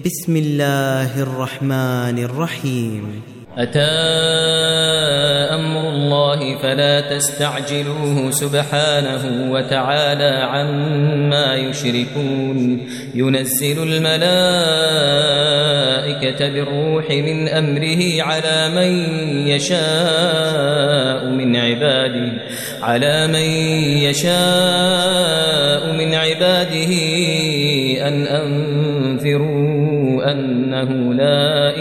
بسم الله الرحمن الرحيم. أتى أمر الله فلا تستعجلوه سبحانه وتعالى عما يشركون. ينزل الملائكة بالروح من أمره على من يشاء من عباده أن أنذروا أنه لا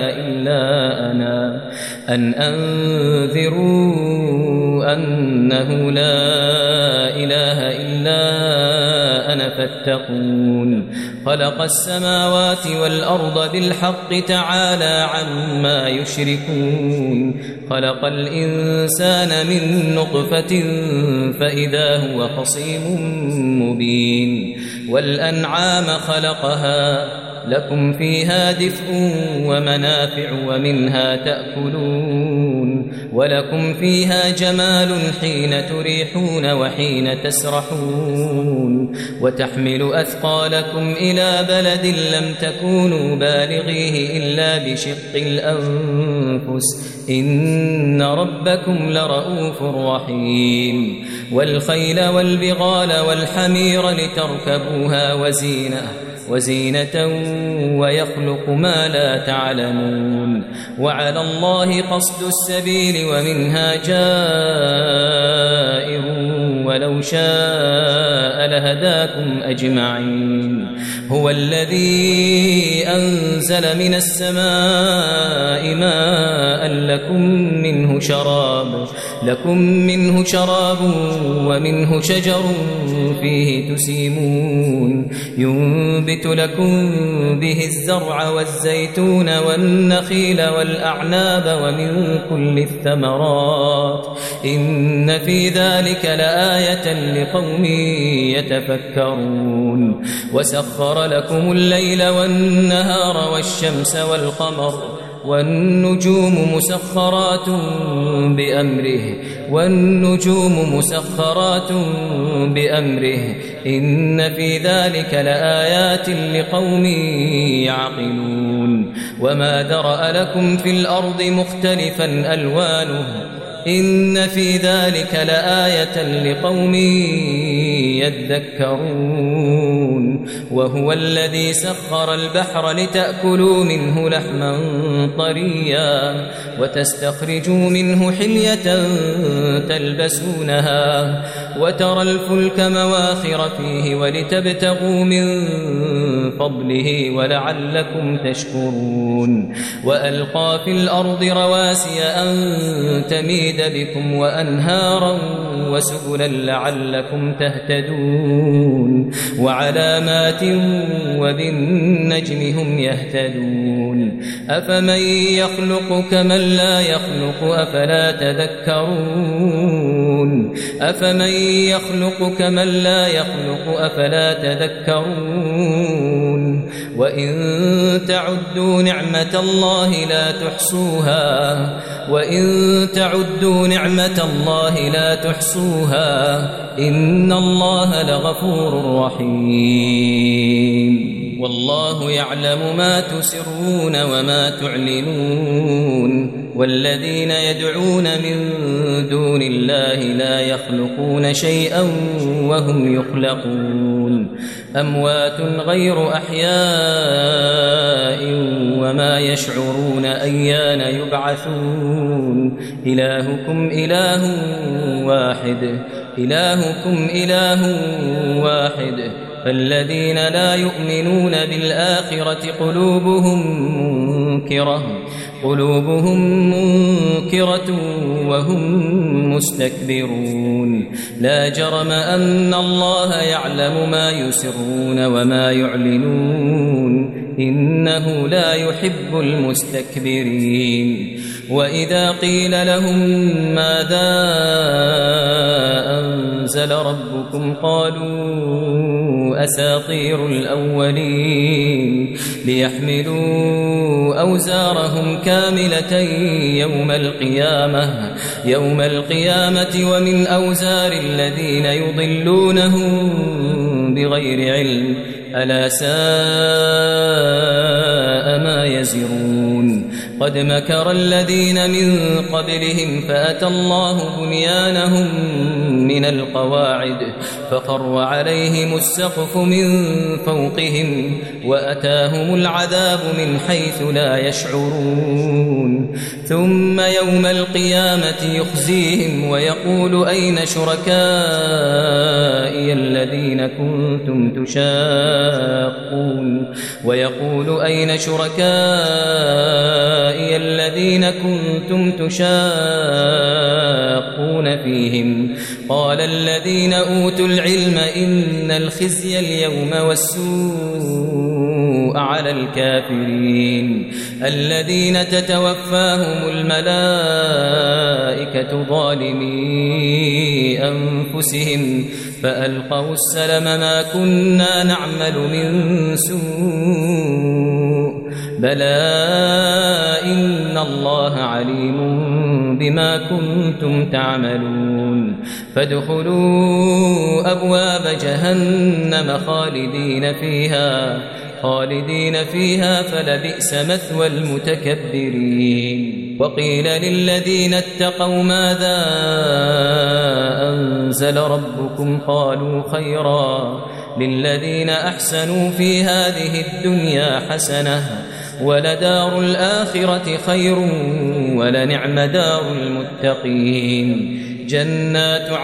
إله إلا أنا فاتقون. خلق السماوات والأرض بالحق تعالى عما يشركون. خلق الإنسان من نطفة فإذا هو خصيم مبين. والأنعام خلقها لكم فيها دفء ومنافع ومنها تأكلون. ولكم فيها جمال حين تريحون وحين تسرحون. وتحمل أثقالكم إلى بلد لم تكونوا بالغيه إلا بشق الأنفس إن ربكم لرؤوف رحيم. والخيل والبغال والحمير لتركبوها وزينة ويخلق ما لا تعلمون. وعلى الله قصد السبيل ومنها جائر ولو شاء لهداكم أجمعين. هو الذي أنزل من السماء ماء لكم منه شراب ومنه شجر فيه تسيمون. ينبت لكم به الزرع والزيتون والنخيل والأعناب ومن كل الثمرات إن في ذلك لآية لقوم يتفكرون. وسخر لكم الليل والنهار والشمس والقمر والنجوم مسخرات بأمره إن في ذلك لآيات لقوم يعقلون. وما ذرأ لكم في الأرض مختلفا ألوانه إن في ذلك لآية لقوم يذكرون. وهو الذي سخر البحر لتأكلوا منه لحما طريا وتستخرجوا منه حلية تلبسونها وترى الفلك مواخر فيه ولتبتغوا من فضله ولعلكم تشكرون. وألقى في الأرض رواسي أن تميد بكم وأنهارا وسبلا لعلكم تهتدون. وعلامات وبالنجم هم يهتدون. أفمن يخلق كمن لا يخلق أفلا تذكرون. وإن تعدوا نعمة الله لا تحصوها إن الله لغفور رحيم. والله يعلم ما تسرون وما تعلنون. والذين يدعون من دون الله لا يخلقون شيئا وهم يخلقون. أموات غير أحياء وما يشعرون أيان يبعثون. إلهكم إله واحد فالذين لا يؤمنون بالآخرة قلوبهم منكرة وهم مستكبرون. لا جرم أن الله يعلم ما يسرون وما يعلنون إنه لا يحب المستكبرين. وإذا قيل لهم ماذا أنزل ربكم قالوا أساطير الأولين ليحملوا أوزارهم كاملة يوم القيامة ومن أوزار الذين يضلونهم بغير علم ألا ساء يزرون قد مكر الذين من قبلهم فأتى الله بنيانهم من القواعد فخر عليهم السقف من فوقهم وأتاهم العذاب من حيث لا يشعرون ثم يوم القيامة يخزيهم ويقول أين شركائي الذين كنتم تشاقون فيهم قال الذين أوتوا العلم إن الخزي اليوم والسوء على الكافرين الذين تتوفاهم الملائكة ظالمي أنفسهم فألقوا السلم ما كنا نعمل من سوء بلى إن الله عليم بما كنتم تعملون فادخلوا أبواب جهنم خالدين فيها فلبئس مثوى المتكبرين وقيل للذين اتقوا ماذا أنزل ربكم قالوا خيرا للذين أحسنوا في هذه الدنيا حسنة ولدار الآخرة خير ولنعم دار المتقين جنات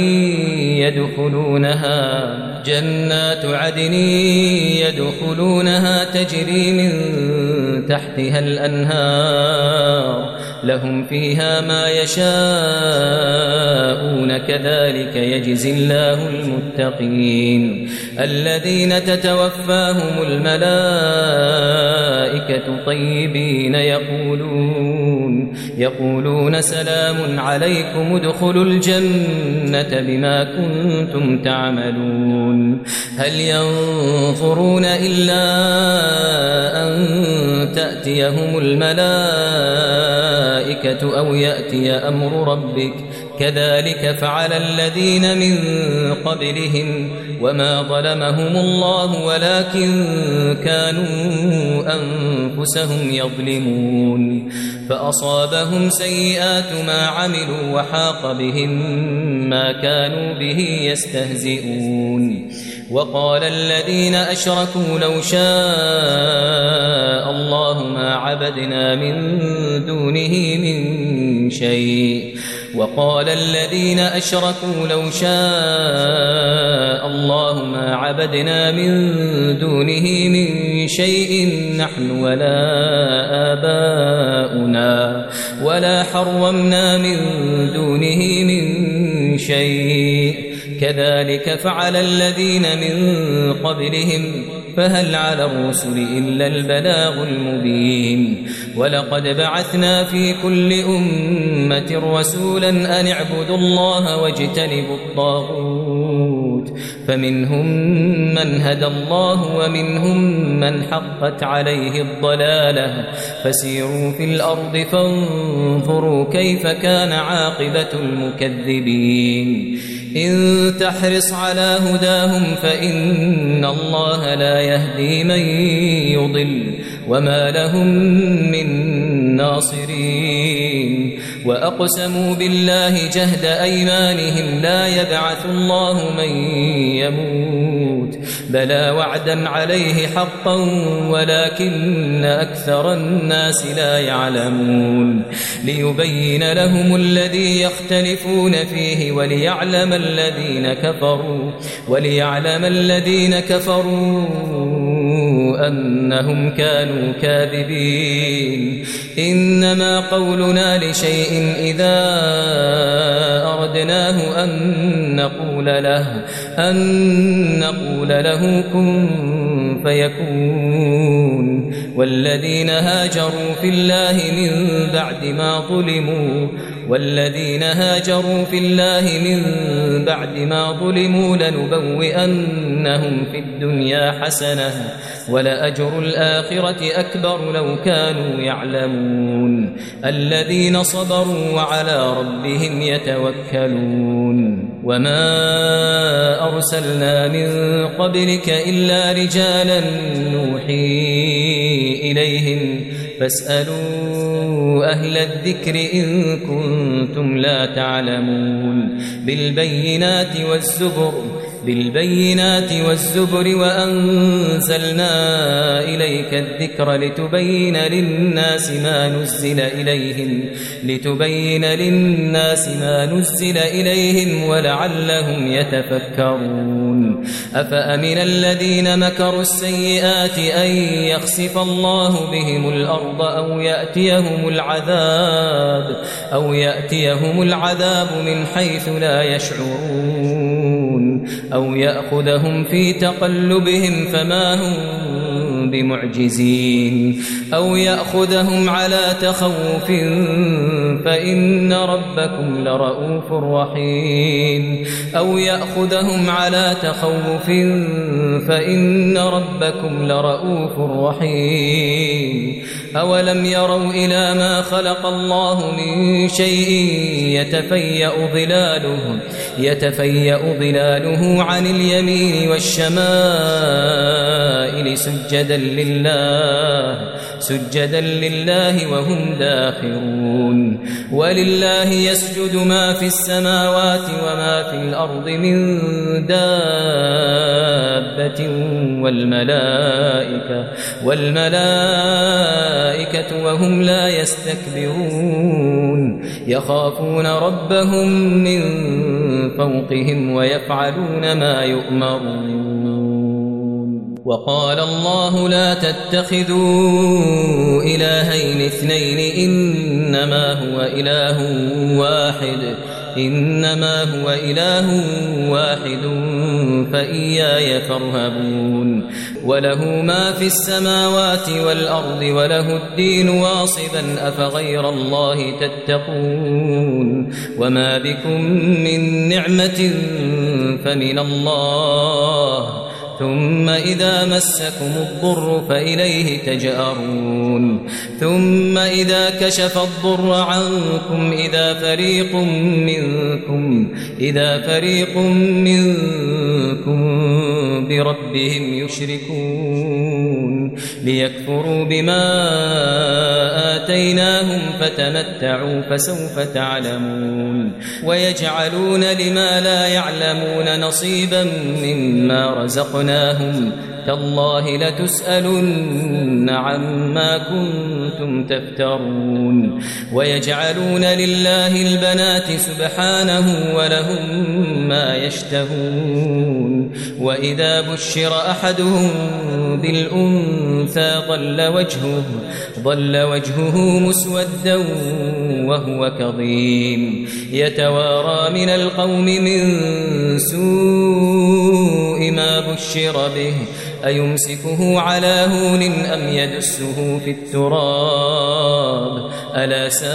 عدن يدخلونها تجري من تحتها الأنهار لهم فيها ما يشاءون كذلك يجزي الله المتقين الذين تتوفاهم الملائكة طيبين يقولون سلام عليكم ادخلوا الجنة بما كنتم تعملون هل ينظرون إلا أن تأتيهم الملائكة أو يأتي أمر ربك كذلك فعل الذين من قبلهم وما ظلمهم الله ولكن كانوا أنفسهم يظلمون فأصابهم سيئات ما عملوا وحاق بهم ما كانوا به يستهزئون وقال الذين أشركوا لو شاء الله ما عبدنا من دونه من شيء وقال الذين أشركوا لو شاء الله ما عبدنا من دونه من شيء نحن ولا آباؤنا ولا حرمنا من دونه من شيء كذلك فعل الذين من قبلهم فهل على الرسل إلا البلاغ المبين ولقد بعثنا في كل أمة رسولا أن اعبدوا الله واجتنبوا الطاغوت فمنهم من هدى الله ومنهم من حقت عليه الضلالة فسيروا في الأرض فانظروا كيف كان عاقبة المكذبين إن تحرص على هداهم فإن الله لا يهدي من يضل وما لهم من ناصرين وأقسموا بالله جهد أيمانهم لا يبعث الله من يموت بلى وعدا عليه حقا ولكن أكثر الناس لا يعلمون ليبين لهم الذي يختلفون فيه وليعلم الذين كفروا أنهم كانوا كاذبين إنما قولنا لشيء إذا أردناه أن نقول له كن فيكون والذين هاجروا في الله من بعد ما ظلموا لنبوئنهم في الدنيا حسنة ولأجر الآخرة أكبر لو كانوا يعلمون الذين صبروا وعلى ربهم يتوكلون وما أرسلنا من قبلك إلا رجالا نوحي إليهم فاسألوا أهل الذكر إن كنتم لا تعلمون بالبينات والزبر وأنزلنا إليك الذكر لتبين للناس ما نزل إليهم ولعلهم يتفكرون أفأمن الذين مكروا السيئات أن يخسف الله بهم الأرض أو يأتيهم العذاب من حيث لا يشعرون أو يأخذهم في تقلبهم فما هم بمعجزين أو يأخذهم على تخوف فإن ربكم لرؤوف رحيم أولم يروا إلى ما خلق الله من شيء يتفيأ ظلاله عن اليمين والشمائل سجدا لله وهم داخرون ولله يسجد ما في السماوات وما في الأرض من دابة والملائكة وهم لا يستكبرون يخافون ربهم من فوقهم ويفعلون ما يؤمرون وقال الله لا تتخذوا إلهين اثنين إنما هو إله واحد فإياي فارهبون وله ما في السماوات والأرض وله الدين واصبا أفغير الله تتقون وما بكم من نعمة فمن الله ثم إذا مسكم الضر فإليه تجأرون ثم إذا كشف الضر عنكم إذا فريق منكم بربهم يشركون ليكفروا بما آتيناهم فتمتعوا فسوف تعلمون ويجعلون لما لا يعلمون نصيبا مما رزقناهم تالله لتسألن عما كنتم تفترون ويجعلون لله البنات سبحانه ولهم ما يشتهون وإذا بشر أحدهم بالأنثى ظل وجهه مسودا وهو كظيم يتوارى من القوم من سوء ما بشر به أيمسكه على هون أم يدسه في التراب ألا ساء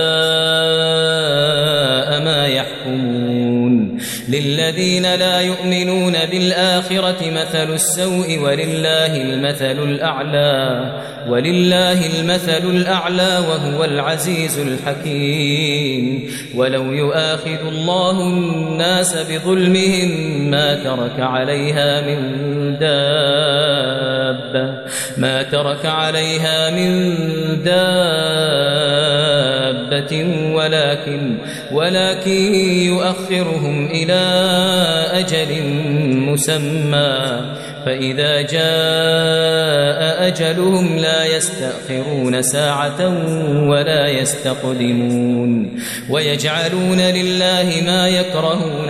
ما يحكمون للذين لا يؤمنون بالآخرة مثل السوء ولله المثل الأعلى وهو العزيز الحكيم ولو يؤاخذ الله الناس بظلمهم ما ترك عليها من دابة ولكن يؤخرهم إلى أجل مسمى فإذا جاء أجلهم لا يستأخرون ساعة ولا يستقدمون ويجعلون لله ما يكرهون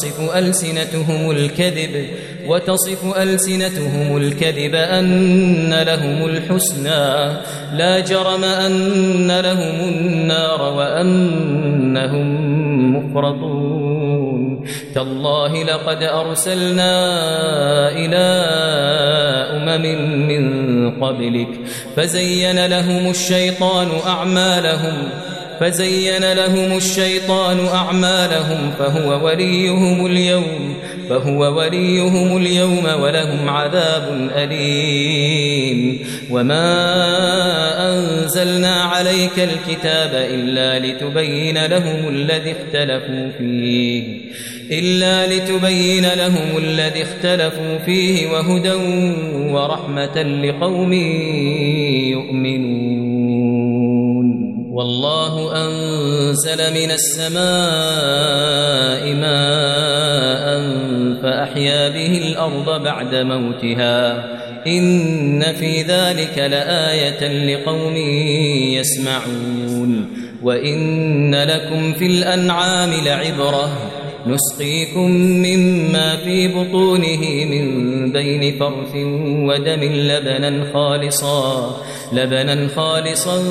وتصف ألسنتهم الكذب أن لهم الحسنى لا جرم أن لهم النار وأنهم مفرطون تالله لقد أرسلنا إلى أمم من قبلك فزين لهم الشيطان أعمالهم فهو وليهم اليوم ولهم عذاب أليم وما أنزلنا عليك الكتاب إلا لتبين لهم الذي اختلفوا فيه إلا لتبين لهم الذي اختلفوا فيه وهدى ورحمة لقوم يؤمنون. والله أنزل من السماء ماء فأحيا به الأرض بعد موتها إن في ذلك لآية لقوم يسمعون. وإن لكم في الأنعام لعبرة نسقيكم مما في بطونه من بين فرث ودم لبنا خالصا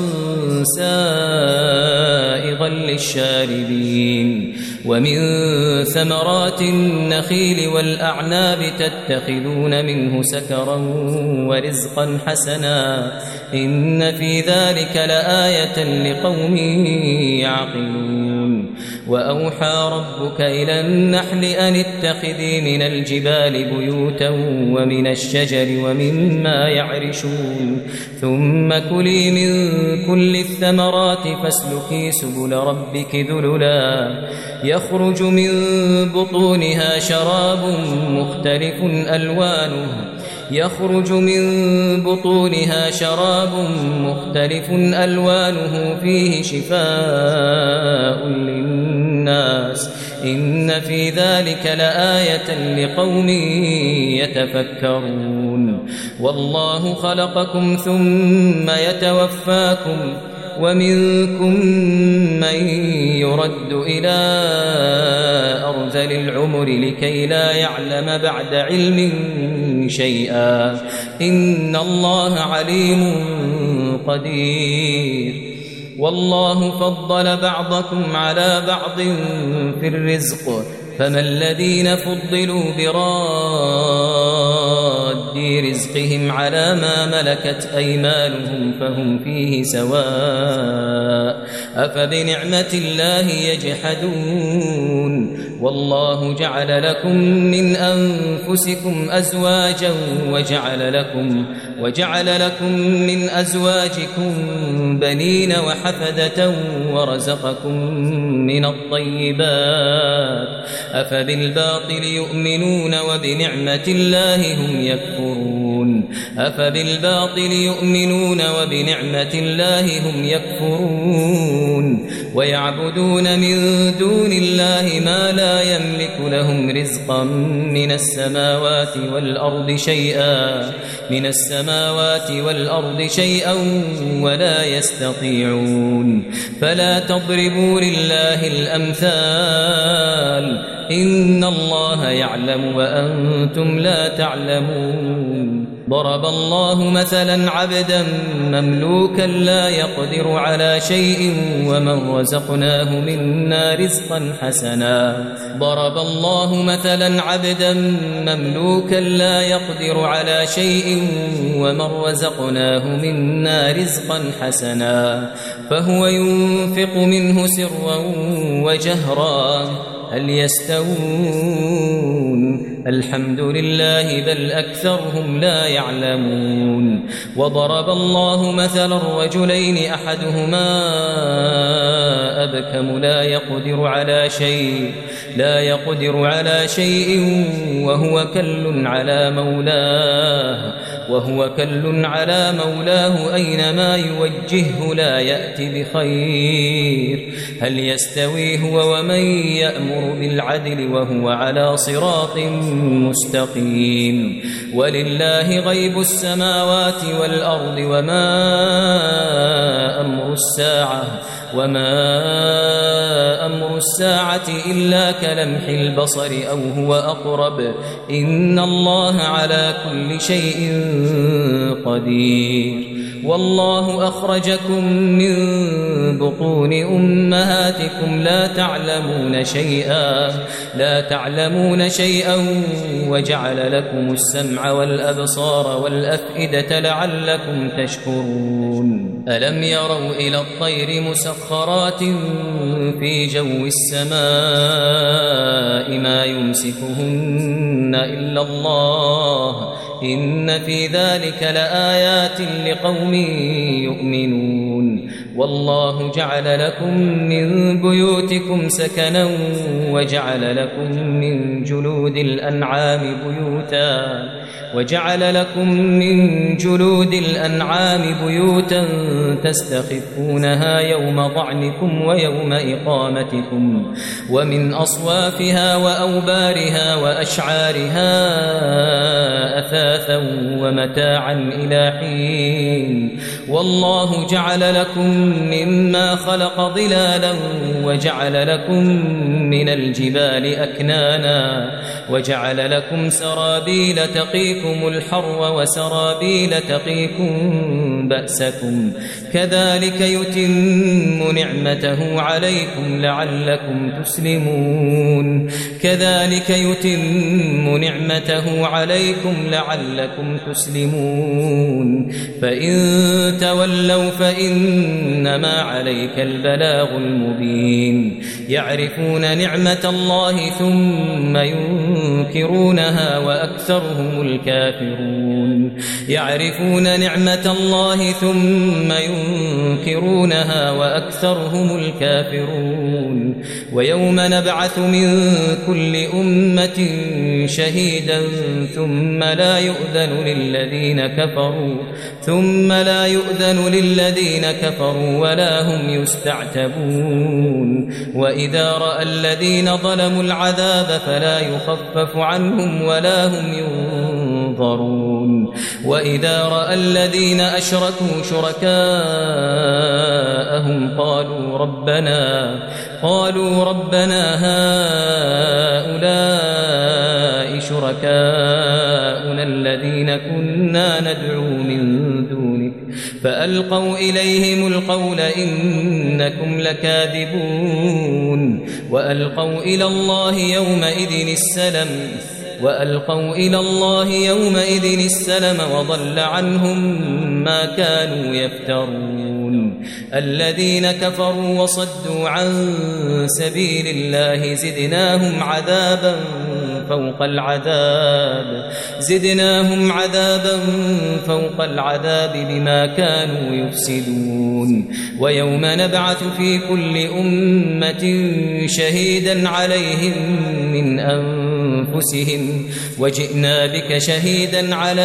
سائغا للشاربين. ومن ثمرات النخيل والأعناب تتخذون منه سكرا ورزقا حسنا إن في ذلك لآية لقوم يعقلون. وأوحى ربك إلى النحل أن اتخذي من الجبال بيوتا ومن الشجر ومما يعرشون ثم كلي من كل الثمرات فاسلكي سبل ربك ذللا يخرج من بطونها شراب مختلف ألوانه فيه شفاء للناس إن في ذلك لآية لقوم يتفكرون. والله خلقكم ثم يتوفاكم ومنكم من يرد إلى أرذل العمر لكي لا يعلم بعد علم شيئا إن الله عليم قدير. والله فضل بعضكم على بعض في الرزق فما الذين فضلوا براد رزقهم على ما ملكت أيمانهم فهم فيه سواء أفبنعمة الله يجحدون. والله جعل لكم من أنفسكم أزواجا وجعل لكم من أزواجكم بنين وحفدة ورزقكم من الطيبات أفبالباطل يؤمنون وبنعمة الله هم يكفرون. ويعبدون من دون الله ما لا يملك لهم رزقا من السماوات والأرض شيئا ولا يستطيعون. فلا تضربوا لله الأمثال إن الله يعلم وأنتم لا تعلمون. ضرب الله مثلا عبدا مملوكا لا يقدر على شيء ومن رزقناه منا رزقا حسنا فهو ينفق منه سرا وجهرا هل يستوون الحمد لله بل أكثرهم لا يعلمون. وضرب الله مثلا رجلين أحدهما أبكم لا يقدر على شيء وهو كل على مولاه أينما يوجهه لا يأتي بخير هل يستوي هو ومن يأمر بالعدل وهو على صراط مستقيم. ولله غيب السماوات والأرض وما أمر الساعة إلا كلمح البصر أو هو أقرب إن الله على كل شيء قدير. والله أخرجكم من بطون أمهاتكم لا تعلمون شيئا وجعل لكم السمع والأبصار والأفئدة لعلكم تشكرون. ألم يروا إلى الطير مسخرات في جو السماء ما يمسكهن إلا الله إن في ذلك لآيات لقوم يؤمنون والله جعل لكم من بيوتكم سكنا وجعل لكم من جلود الأنعام بيوتا تستخفونها يوم ضعنكم ويوم إقامتكم ومن أصوافها وأوبارها وأشعارها أثاثا ومتاعا إلى حين والله جعل لكم مما خلق ظلالا وجعل لكم من الجبال أكنانا وجعل لكم سرابيل تقيكم الحر وسرابيل تقيكم بأسكم كذلك يتم نعمته عليكم لعلكم تسلمون فإن تولوا فإنما عليك البلاغ المبين يعرفون نعمة الله ثم ينكرونها وأكثرهم الكافرون ويوم نبعث من كل أمة شهيدا ثم لا يؤذن للذين كفروا ولا هم يستعتبون وإذا رأى الذين ظلموا العذاب فلا يخفف عنهم ولا هم ينظرون وإذا رأى الذين أشركوا شركاءهم قالوا ربنا هؤلاء شركاؤنا الذين كنا ندعو من دونك فألقوا إليهم القول إنكم لكاذبون وألقوا إلى الله يومئذ السلم وضل عنهم ما كانوا يفترون الذين كفروا وصدوا عن سبيل الله زدناهم عذابا فوق العذاب بما كانوا يفسدون ويوم نبعث في كل أمة شهيدا عليهم من أنفسهم وجئنا بك شهيدا على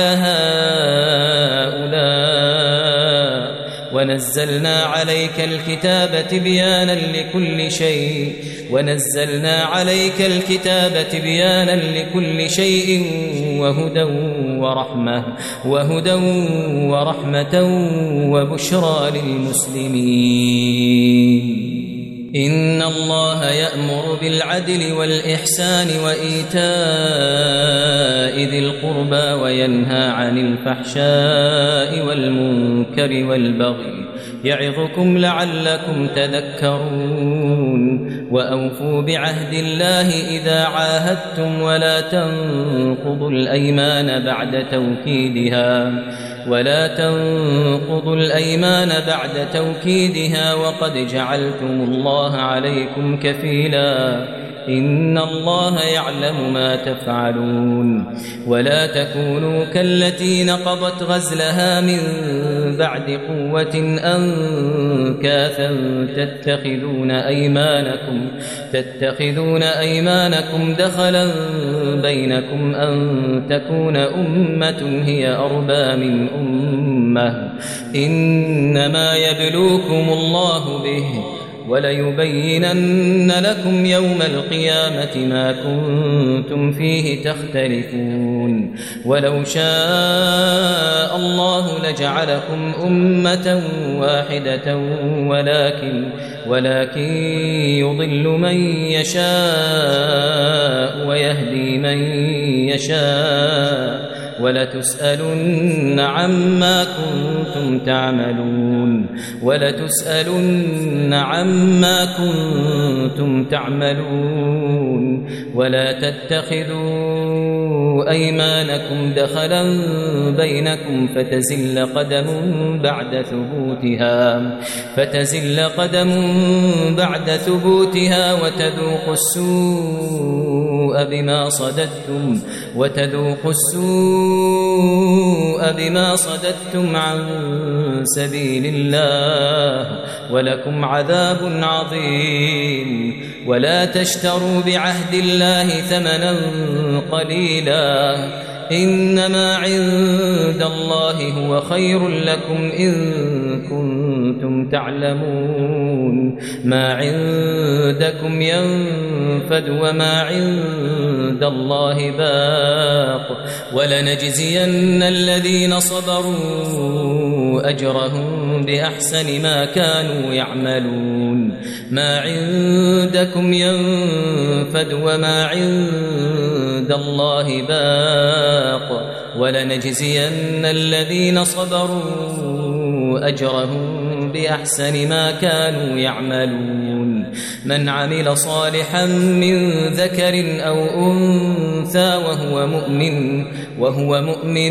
هؤلاء ونزلنا عليك الكتاب تبيانا لكل شيء وهدى ورحمة وبشرى للمسلمين إن الله يأمر بالعدل والإحسان وإيتاء ذي القربى وينهى عن الفحشاء والمنكر والبغي يعظكم لعلكم تذكرون وأوفوا بعهد الله إذا عاهدتم ولا تنقضوا الأيمان بعد توكيدها وقد جعلتم الله عليكم كفيلا إن الله يعلم ما تفعلون ولا تكونوا كالتي نقضت غزلها من بعد قوة أنكاثا تتخذون أيمانكم دخلا بينكم أن تكون أمة هي أربى من أمة إنما يبلوكم الله به وليبينن لكم يوم القيامة ما كنتم فيه تختلفون ولو شاء الله لجعلكم أمة واحدة ولكن يضل من يشاء ويهدي من يشاء ولتسألن عما كنتم تعملون ولا تتخذوا أيمانكم دخلا بينكم فتزل قدم بعد ثبوتها وتذوقوا السوء بما صددتم عن سبيل الله ولكم عذاب عظيم. ولا تشتروا بعهد الله ثمنا قليلا إنما عند الله هو خير لكم إن كنتم تعلمون. ما عندكم ينفد وما عند الله باق ولنجزين الذين صبروا أجرهم بأحسن ما كانوا يعملون. ما عندكم ينفد وما عند الله باق ولنجزين الذين صبروا أجرهم بأحسن ما كانوا يعملون. من عمل صالحا من ذكر أو أنثى وهو مؤمن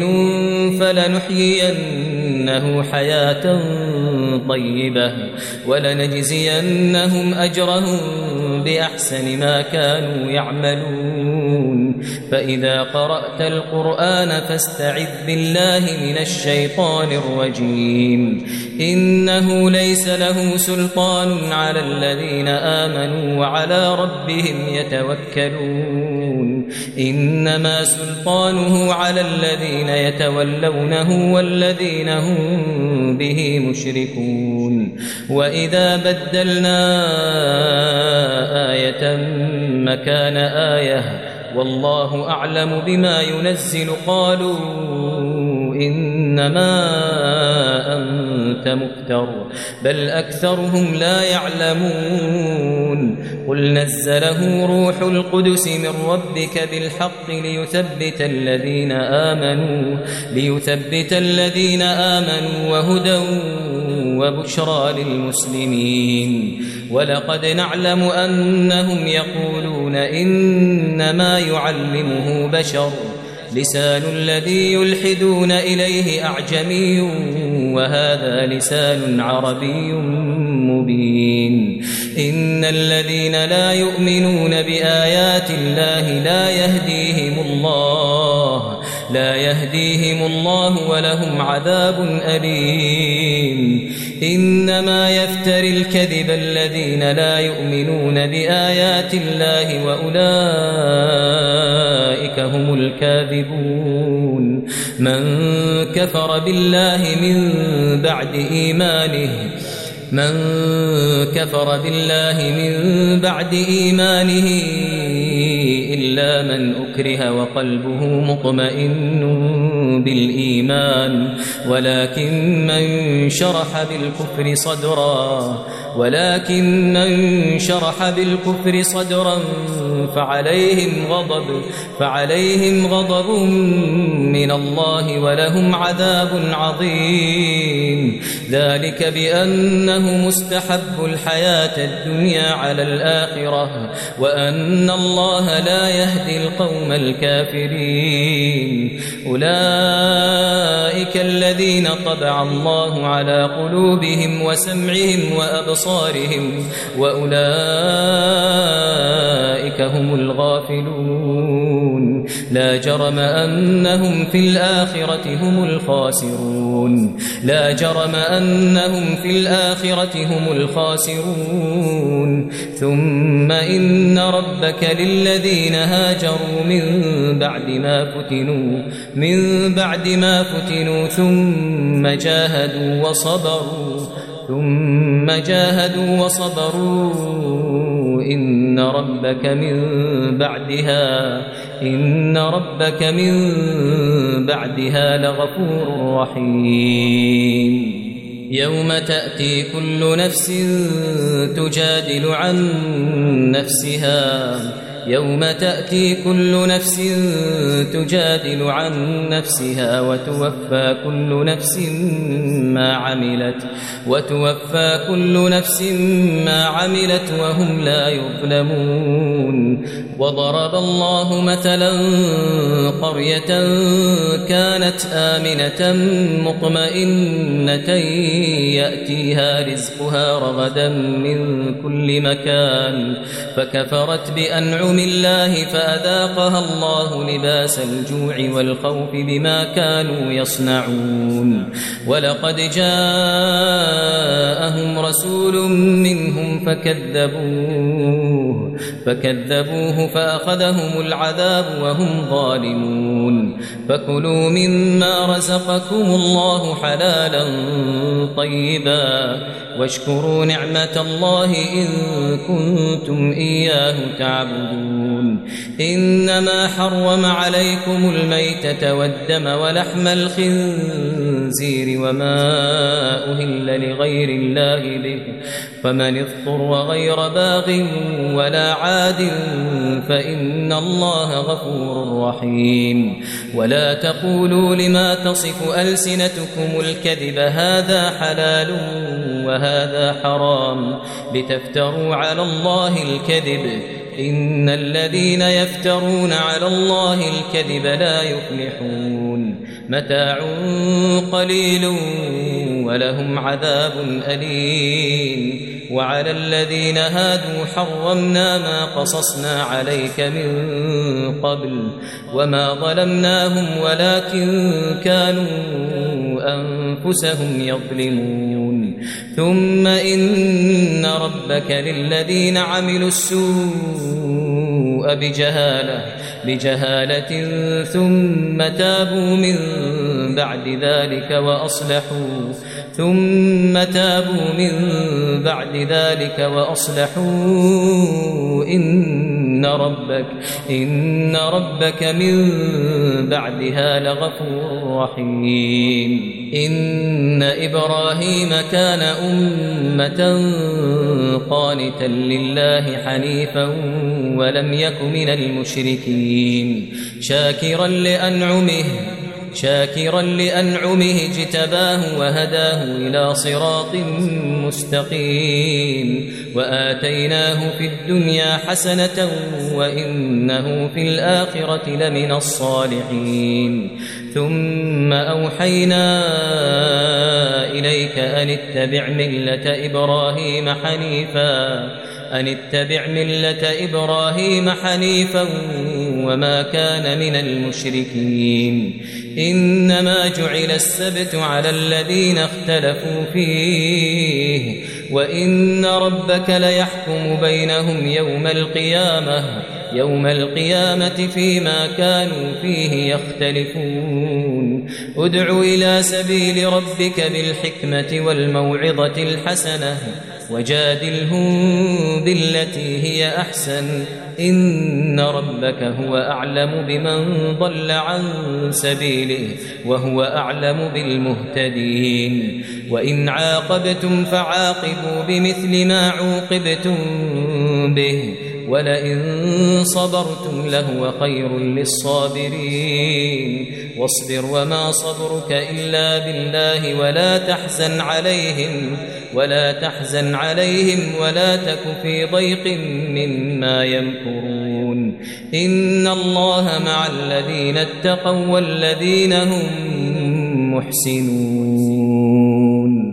فلنحيينه حياة طيبة ولنجزينهم أجرهم بأحسن ما كانوا يعملون. فإذا قرأت القرآن فاستعذ بالله من الشيطان الرجيم. إنه ليس له سلطان على الذين آمنوا وعلى ربهم يتوكلون. إنما سلطانه على الذين يتولونه والذين هم به مشركون. وإذا بدلنا آية مكان آية والله أعلم بما ينزل قالوا إنما أنت مفتر بل أكثرهم لا يعلمون. قل نزله روح القدس من ربك بالحق ليثبت الذين آمنوا وهدى وبشرى للمسلمين. ولقد نعلم أنهم يقولون إنما يعلمه بشر لسان الذي يلحدون إليه أعجمي وهذا لسان عربي مبين. إن الذين لا يؤمنون بآيات الله لا يهديهم الله ولهم عذاب أليم. إنما يفتري الكذب الذين لا يؤمنون بآيات الله وأولئك هم الكاذبون. من كفر بالله من بعد إيمانه إلا من أكره وقلبه مطمئن بالإيمان ولكن من شرح بالكفر صدرا فعليهم غضب من الله ولهم عذاب عظيم. ذلك بأنه مستحب الحياة الدنيا على الآخرة وأن الله لا يهدي القوم الكافرين. أولئك الذين طبع الله على قلوبهم وسمعهم وأبصارهم وأولئك هم الغافلون. لا جرم أنهم في الآخرة هم الخاسرون. ثم إن ربك للذين هاجروا من بعد ما فتنوا ثم جاهدوا وصبروا إن ربك من بعدها لغفور رحيم. يوم تأتي كل نفس تجادل عن نفسها يوم تأتي كل نفس تجادل عن نفسها وتوفى كل نفس ما عملت وهم لا يظلمون. وضرب الله مثلا قرية كانت آمنة مطمئنة يأتيها رزقها رغدا من كل مكان فكفرت بأنعم الله فأذاقها الله لباس الجوع والخوف بما كانوا يصنعون. ولقد جاءهم رسول منهم فكذبوه فأخذهم العذاب وهم ظالمون. فكلوا مما رزقكم الله حلالا طيبا واشكروا نعمة الله إن كنتم إياه تعبدون. إنما حرم عليكم الميتة والدم ولحم الخنزير وما أهل لغير الله به فمن اضطر غير باغ ولا عاد فإن الله غفور رحيم. ولا تقولوا لما تصف ألسنتكم الكذب هذا حلال وهذا حرام لتفتروا على الله الكذب إن الذين يفترون على الله الكذب لا يفلحون. متاع قليل ولهم عذاب أليم. وعلى الذين هادوا حرمنا ما قصصنا عليك من قبل وما ظلمناهم ولكن كانوا أنفسهم يظلمون. ثم إن ربك للذين عملوا السوء بجهالة ثم تابوا من بعد ذلك وأصلحوا إن ربك من بعدها لغفور رحيم. إن إبراهيم كان أمة قانتا لله حنيفا ولم يك من المشركين شاكرا لأنعمه اجتباه وهداه إلى صراط مستقيم. وآتيناه في الدنيا حسنة وإنه في الآخرة لمن الصالحين. ثم أوحينا إليك أن اتبع ملة إبراهيم حنيفا وما كان من المشركين. إنما جعل السبت على الذين اختلفوا فيه وإن ربك ليحكم بينهم يوم القيامة فيما كانوا فيه يختلفون. ادع إلى سبيل ربك بالحكمة والموعظة الحسنة وجادلهم بالتي هي أحسن إن ربك هو أعلم بمن ضل عن سبيله وهو أعلم بالمهتدين. وإن عاقبتم فعاقبوا بمثل ما عوقبتم به ولئن صبرتم لهو خير للصابرين. واصبر وما صبرك إلا بالله ولا تحزن عليهم ولا تك في ضيق مما يمكرون. إن الله مع الذين اتقوا والذين هم محسنون.